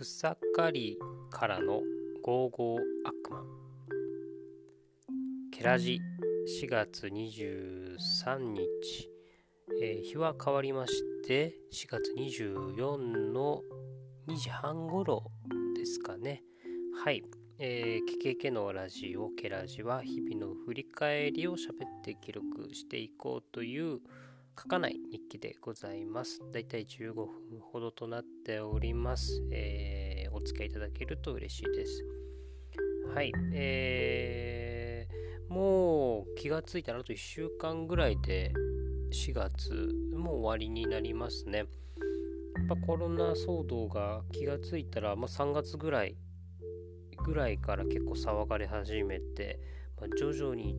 草刈りからのゴーゴー悪魔ケラジ4月23日、日は変わりまして4月24の2時半頃ですかね。はい、ケケケのラジオケラジは日々の振り返りを喋って記録していこうという書かない日記でございます。だいたい15分ほどとなっております。お付き合いいただけると嬉しいです。はい、もう気がついたらあと1週間ぐらいで4月もう終わりになりますね。やっぱコロナ騒動が気がついたら、3月ぐらいから結構騒がれ始めて、徐々に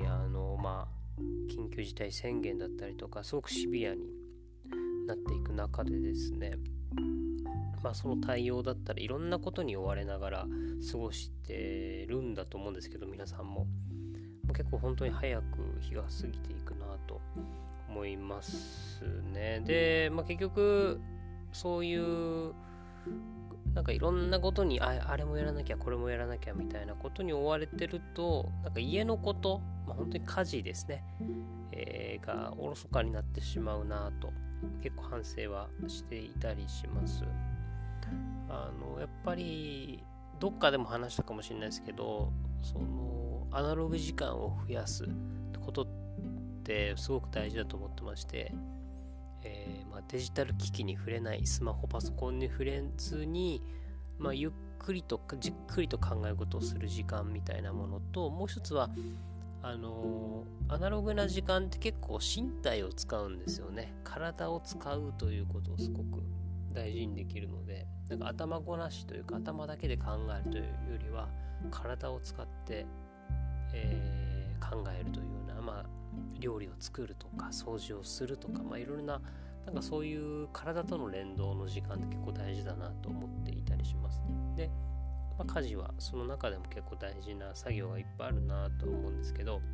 緊急事態宣言だったりとかすごくシビアになっていく中でですね、その対応だったりいろんなことに追われながら過ごしてるんだと思うんですけど、皆さんも結構本当に早く日が過ぎていくなと思いますね。で、結局そういういろんなことにあれもやらなきゃこれもやらなきゃみたいなことに追われてると、家のこと、本当に家事ですね、がおろそかになってしまうなと結構反省はしていたりします。やっぱりどっかでも話したかもしれないですけど、そのアナログ時間を増やすことってすごく大事だと思ってまして、デジタル機器に触れない、スマホパソコンに触れずに、ゆっくりとじっくりと考え事をする時間みたいなものと、もう一つはアナログな時間って結構身体を使うんですよね。体を使うということをすごく大事にできるので、頭ごなしというか頭だけで考えるというよりは体を使って、考えるというような、料理を作るとか掃除をするとか、いろいろなそういう体との連動の時間って結構大事だなと思っていたりします。で、家事はその中でも結構大事な作業がいっぱいあるなと思うんですけど、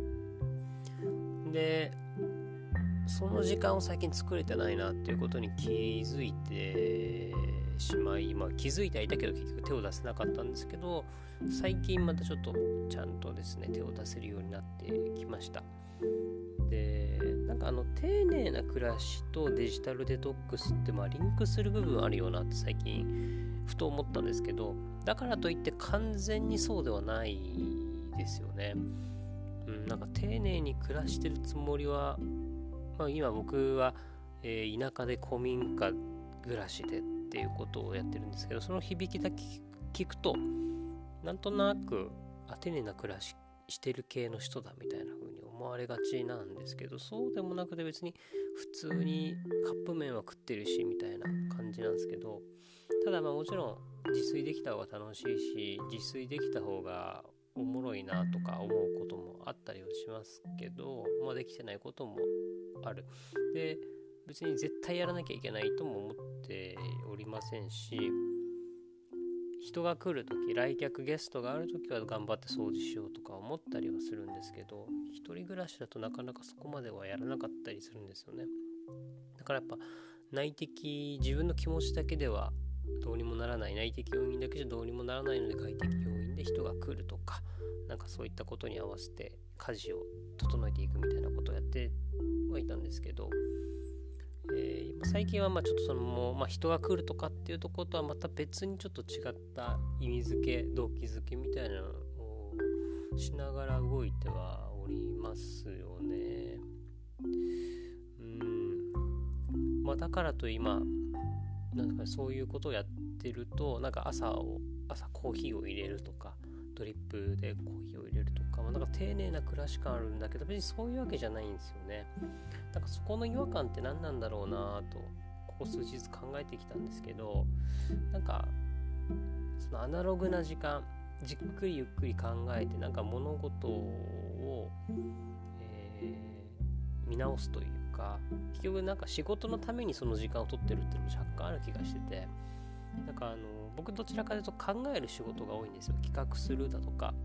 でその時間を最近作れてないなっていうことに気づいてしまい、気づいてはいたけど結局手を出せなかったんですけど、最近またちょっとちゃんとですね手を出せるようになってきました。で、丁寧な暮らしとデジタルデトックスってリンクする部分あるよなって最近ふと思ったんですけど、だからといって完全にそうではないですよね。丁寧に暮らしてるつもりは、今僕は、田舎で古民家暮らしでっていうことをやってるんですけど、その響きだけ聞くとなんとなく丁寧な暮らししてる系の人だみたいな風に思われがちなんですけど、そうでもなくて別に普通にカップ麺は食ってるしみたいな感じなんですけど、ただもちろん自炊できた方が楽しいし、自炊できた方がおもろいなとか思うこともあったりはしますけど、できてないこともある。で、別に絶対やらなきゃいけないとも思っておりませんし、人が来るとき、来客ゲストがあるときは頑張って掃除しようとか思ったりはするんですけど、一人暮らしだとなかなかそこまではやらなかったりするんですよね。だからやっぱ内的、自分の気持ちだけではどうにもならない、内的要因だけじゃどうにもならないので、外的要因で人が来るとか、そういったことに合わせて家事を整えていくみたいなことをやってはいたんですけど、最近はちょっとその人が来るとかっていうところとはまた別にちょっと違った意味付け、動機づけみたいなのをしながら動いてはおりますよね。だからと今そういうことをやってると、朝コーヒーを入れるとか、ドリップでコーヒーを入れるとか、丁寧な暮らし感あるんだけど、別にそういうわけじゃないんですよね。そこの違和感って何なんだろうなとここ数日考えてきたんですけど、そのアナログな時間、じっくりゆっくり考えて物事を、見直すというか、結局仕事のためにその時間を取ってるっていうのも若干ある気がしてて、僕どちらかというと考える仕事が多いんですよ。企画するだとか、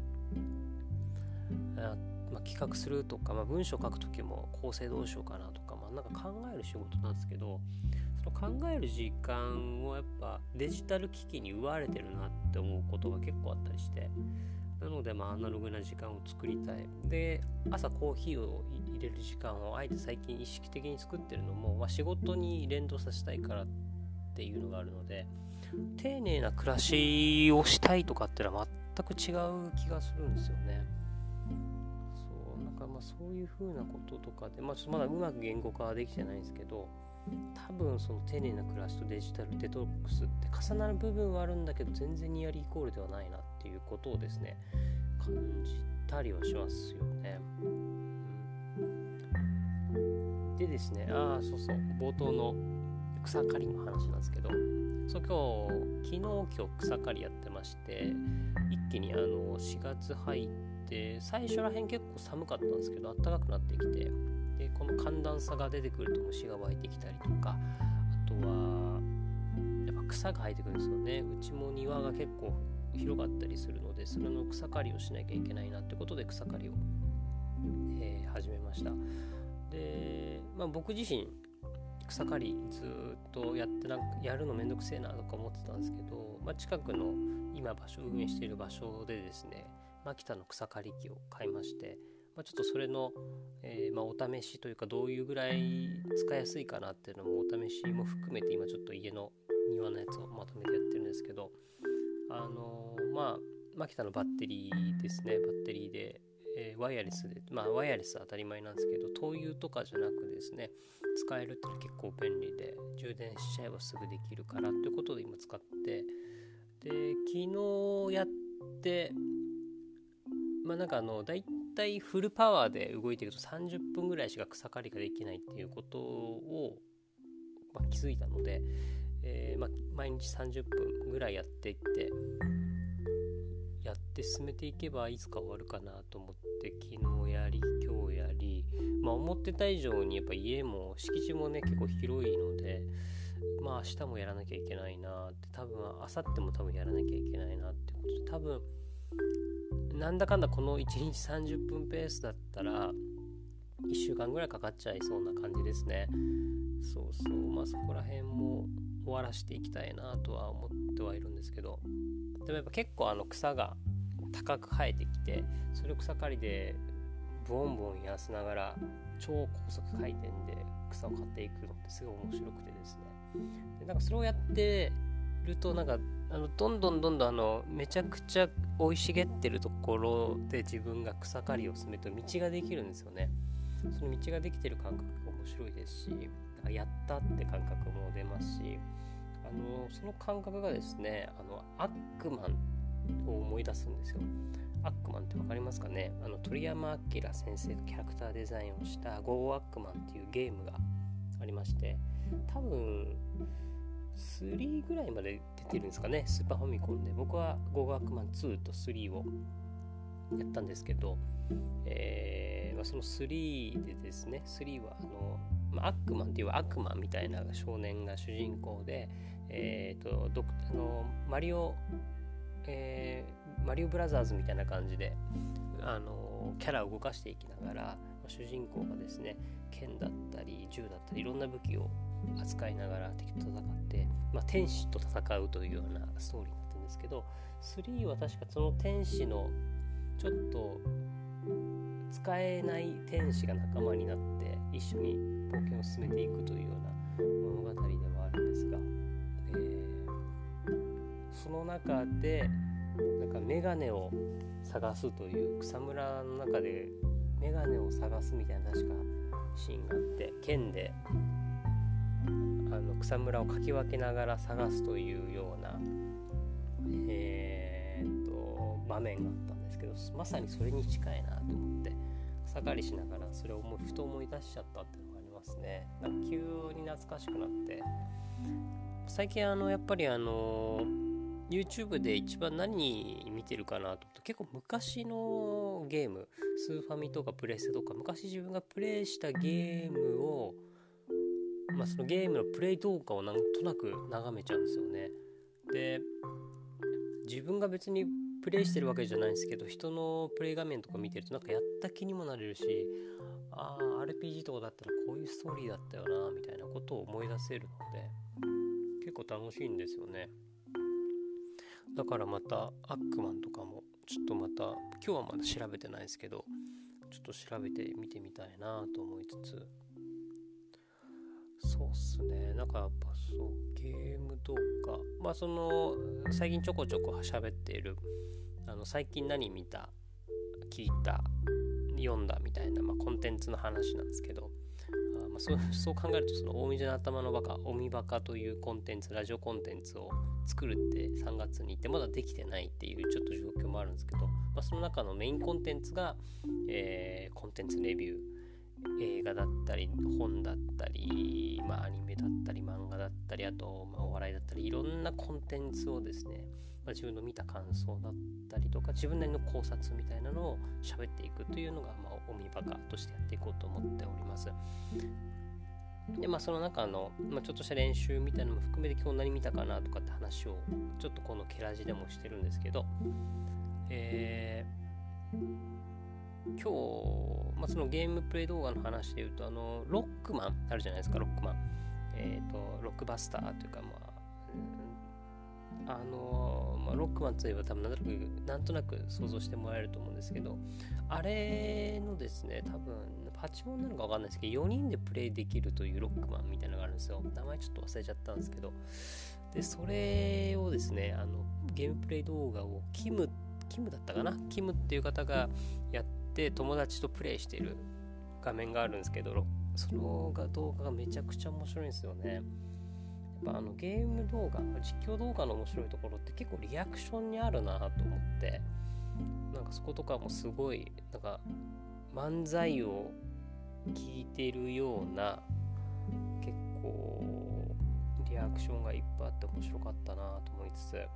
企画するとか、文章書くときも構成どうしようかなとか、考える仕事なんですけど、その考える時間をやっぱデジタル機器に奪われてるなって思うことが結構あったりして、なのでアナログな時間を作りたい。で、朝コーヒーを入れる時間をあえて最近意識的に作ってるのも、仕事に連動させたいからっていうのがあるので、丁寧な暮らしをしたいとかってのは全く違う気がするんですよね。そう、なんかそういう風なこととかで、まだうまく言語化はできてないんですけど、多分その丁寧な暮らしとデジタルデトックスって重なる部分はあるんだけど、全然ニアリーイコールではないなっていうことをですね、感じたりはしますよね。でですね、そうそう、冒頭の草刈りの話なんですけど、昨日草刈りやってまして、一気に4月入って最初らへん結構寒かったんですけど、暖かくなってきて、でこの寒暖差が出てくると虫が湧いてきたりとか、あとはやっぱ草が生えてくるんですよね。うちも庭が結構広がったりするので、それの草刈りをしなきゃいけないなってことで草刈りを、始めました。で、僕自身草刈りずっとやるのめんどくせえなとか思ってたんですけど、近くの今運営している場所でですね、マキタの草刈り機を買いまして、ちょっとそれの、お試しというか、どういうぐらい使いやすいかなっていうのもお試しも含めて、今ちょっと家の庭のやつをまとめてやってるんですけど、マキタのバッテリーですね。バッテリーで、ワイヤレスで、ワイヤレスは当たり前なんですけど、灯油とかじゃなくですね、使えるって結構便利で、充電しちゃえばすぐできるからということで今使って、で昨日やって、だいたいフルパワーで動いていると30分ぐらいしか草刈りができないっていうことを、気づいたので、毎日30分ぐらいやっていって、進めていけばいつか終わるかなと思って、昨日やり今日やり、思ってた以上にやっぱ家も敷地もね結構広いので、明日もやらなきゃいけないなって、多分明後日も多分やらなきゃいけないなってことで、多分なんだかんだこの1日30分ペースだったら1週間ぐらいかかっちゃいそうな感じですね。そこら辺も終わらしていきたいなとは思ってはいるんですけど、でもやっぱ結構草が高く生えてきて、それを草刈りでボンボン痩せながら超高速回転で草を刈っていくのってすごい面白くてですね、でそれをやってるとどんどんめちゃくちゃ生い茂ってるところで自分が草刈りを進めると道ができるんですよね。その道ができてる感覚が面白いですし、やったって感覚も出ますし、その感覚がですね、アックマンを思い出すんですよ。アックマンってわかりますかね。鳥山明先生のキャラクターデザインをしたゴーゴーアックマンっていうゲームがありまして、多分3ぐらいまで出てるんですかね、スーパーファミコンで。僕はゴーゴーアックマン2と3をやったんですけど、その3でですね、3はアックマンっていう悪魔みたいな少年が主人公で、マリオブラザーズみたいな感じでキャラを動かしていきながら、主人公がですね、剣だったり銃だったりいろんな武器を扱いながら敵と戦って、天使と戦うというようなストーリーになってるんですけど、3は確かその天使のちょっと使えない天使が仲間になって一緒に冒険を進めていくというような物語ではあるんですが、その中でメガネを探すという、草むらの中でメガネを探すみたいな確かシーンがあって、剣で草むらをかき分けながら探すというような、場面があったんですけど、まさにそれに近いなと思って草刈りしながらそれをふと思い出しちゃったっていうのがありますね。急に懐かしくなって、最近やっぱりYouTube で一番何見てるかなと思って、結構昔のゲーム、スーファミとかプレステとか昔自分がプレイしたゲームを、そのゲームのプレイ動画をなんとなく眺めちゃうんですよね。で、自分が別にプレイしてるわけじゃないんですけど、人のプレイ画面とか見てるとなんかやった気にもなれるし、RPG とかだったらこういうストーリーだったよなみたいなことを思い出せるので結構楽しいんですよね。だからまたアックマンとかもちょっとまた今日はまだ調べてないですけど、ちょっと調べて見てみたいなと思いつつ、そうっすね、なんかやっぱそうゲーム動画、その最近ちょこちょこ喋っている最近何見た聞いた読んだみたいな、コンテンツの話なんですけど、そう考えるとその大水の頭のバカおみバカというコンテンツ、ラジオコンテンツを作るって3月に言ってまだできてないっていうちょっと状況もあるんですけど、その中のメインコンテンツが、コンテンツレビュー、映画だったり本だったり、アニメだったり漫画だったり、あと、お笑いだったり、いろんなコンテンツをですね、自分の見た感想だったりとか自分なりの考察みたいなのを喋っていくというのが、おみバカとしてやっていこうと思っております。でその中の、ちょっとした練習みたいなのも含めて今日何見たかなとかって話をちょっとこのケラジでもしてるんですけど、今日、そのゲームプレイ動画の話でいうとロックマンあるじゃないですか。ロックマン、ロックバスターというかロックマンといえば多分なんとなく想像してもらえると思うんですけど、あれのですね、多分パチモンなのか分かんないですけど4人でプレイできるというロックマンみたいなのがあるんですよ。名前ちょっと忘れちゃったんですけど、でそれをですねゲームプレイ動画をキムだったかな、キムっていう方がやって友達とプレイしている画面があるんですけど、その動画がめちゃくちゃ面白いんですよね。やっぱゲーム動画、実況動画の面白いところって結構リアクションにあるなと思って、なんかそことかもすごいなんか漫才を聞いてるような結構リアクションがいっぱいあって面白かったなと思いつつ、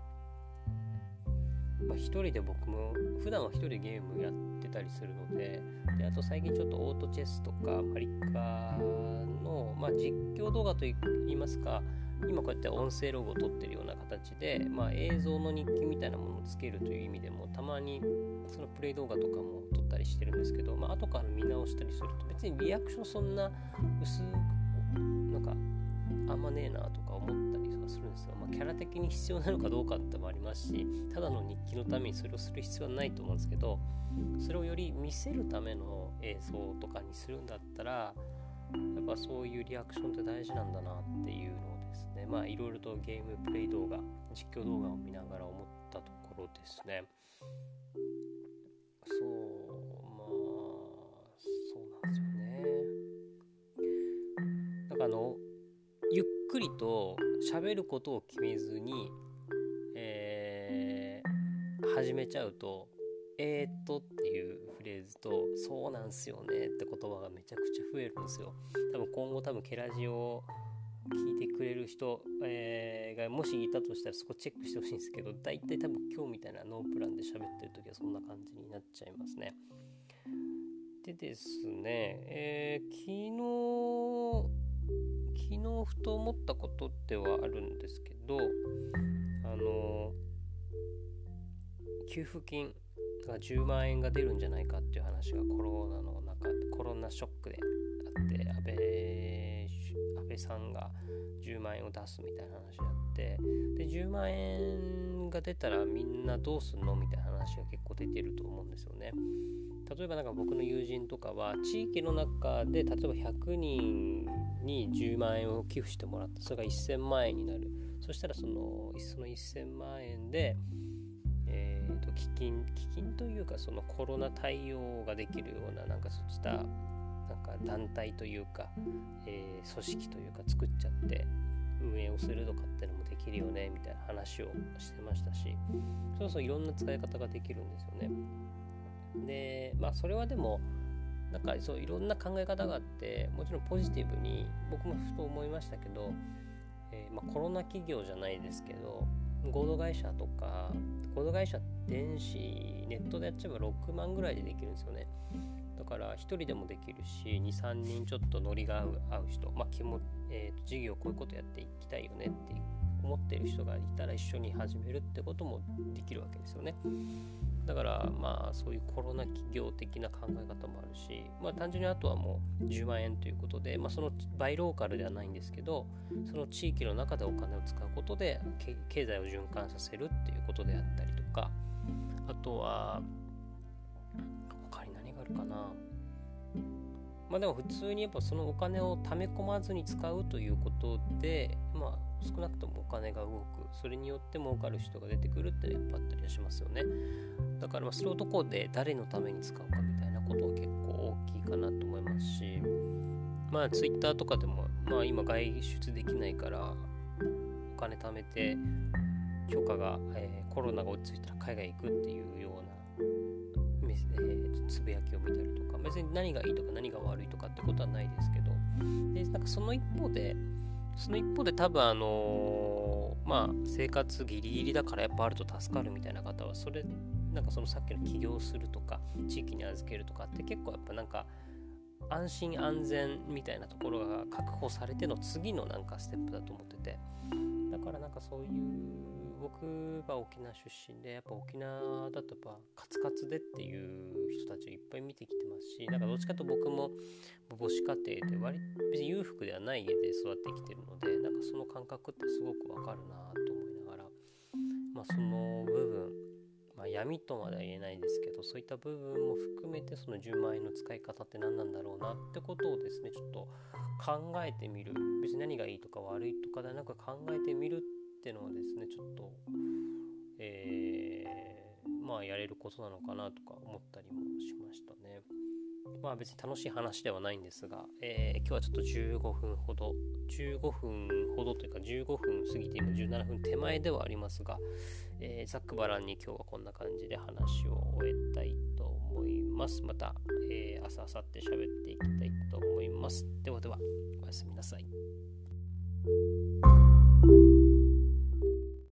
一人で僕も普段は一人でゲームやってたりするので、あと最近ちょっとオートチェスとかマリカの、実況動画といいますか、今こうやって音声ログを撮ってるような形で、映像の日記みたいなものをつけるという意味でもたまにそのプレイ動画とかも撮ったりしてるんですけど、後から見直したりすると別にリアクションそんななんかあんまねえなとか思ったりするんですよ。キャラ的に必要なのかどうかってもありますし、ただの日記のためにそれをする必要はないと思うんですけど、それをより見せるための映像とかにするんだったらやっぱそういうリアクションって大事なんだなっていうのをですね、いろいろとゲームプレイ動画、実況動画を見ながら思ったところですね。そうなんですよね。だからゆっくりと喋ることを決めずに、始めちゃうとっていうフレーズとそうなんすよねって言葉がめちゃくちゃ増えるんですよ。今後ケラジを聞いてくれる人、がもしいたとしたらそこチェックしてほしいんですけど、大体多分今日みたいなノープランで喋ってる時はそんな感じになっちゃいますね。でですね、昨日ふと思ったことではあるんですけど、給付金が10万円が出るんじゃないかっていう話がコロナショックであって、安倍さんが10万円を出すみたいな話があって、で10万円が出たらみんなどうすんのみたいな話が結構出てると思うんですよね。例えば僕の友人とかは地域の中で例えば100人に10万円を寄付してもらって、それが1000万円になる。そしたらその1000万円で基金というかそのコロナ対応ができるようなそうした団体というか、組織というか作っちゃって運営をするとかってのもできるよねみたいな話をしてましたし、いろんな使い方ができるんですよね。でそれはでもいろんな考え方があって、もちろんポジティブに僕もふと思いましたけど、コロナ企業じゃないですけど合同会社とか、合同会社電子ネットでやっちゃえば6万ぐらいでできるんですよね。だから1人でもできるし 2,3 人ちょっとノリが合う人、事業こういうことやっていきたいよねって持っている人がいたら一緒に始めるってこともできるわけですよね。だからまあそういうコロナ企業的な考え方もあるし、単純にあとはもう10万円ということで、そのバイローカルではないんですけど、その地域の中でお金を使うことで経済を循環させるっていうことであったりとか、あとは他に何があるかな。でも普通にやっぱそのお金を貯め込まずに使うということで、少なくともお金が動く、それによって儲かる人が出てくるってやっぱあったりはしますよね。だからそれをどこで誰のために使うかみたいなことは結構大きいかなと思いますし、ツイッターとかでも今外出できないからお金貯めて許可が、コロナが落ち着いたら海外行くっていうようなつぶやきを見たりとか、別に何がいいとか何が悪いとかってことはないですけど、でなんかその一方で多分生活ギリギリだからやっぱあると助かるみたいな方は、それなんかそのさっきの起業するとか地域に預けるとかって結構やっぱなんか安心安全みたいなところが確保されての次のなんかステップだと思ってて、だからなんかそういう僕は沖縄出身で、やっぱ沖縄だとやっぱカツカツでっていう人たちをいっぱい見てきてますし、なんかどっちかと僕も母子家庭で別に裕福ではない家で育ってきてるので、なんかその感覚ってすごくわかるなと思いながら、その部分、闇とまでは言えないですけど、そういった部分も含めてその10万円の使い方って何なんだろうなってことをですね、ちょっと考えてみる。別に何がいいとか悪いとかではなく考えてみるっていうのはですね、ちょっとやれることなのかなとか思ったりもしましたね。別に楽しい話ではないんですが、今日はちょっと15分ほどというか15分過ぎて今17分手前ではありますが、ざっくばらんに今日はこんな感じで話を終えたいと思います。また、明日明後日喋っていきたいと思います。ではでは、おやすみなさい。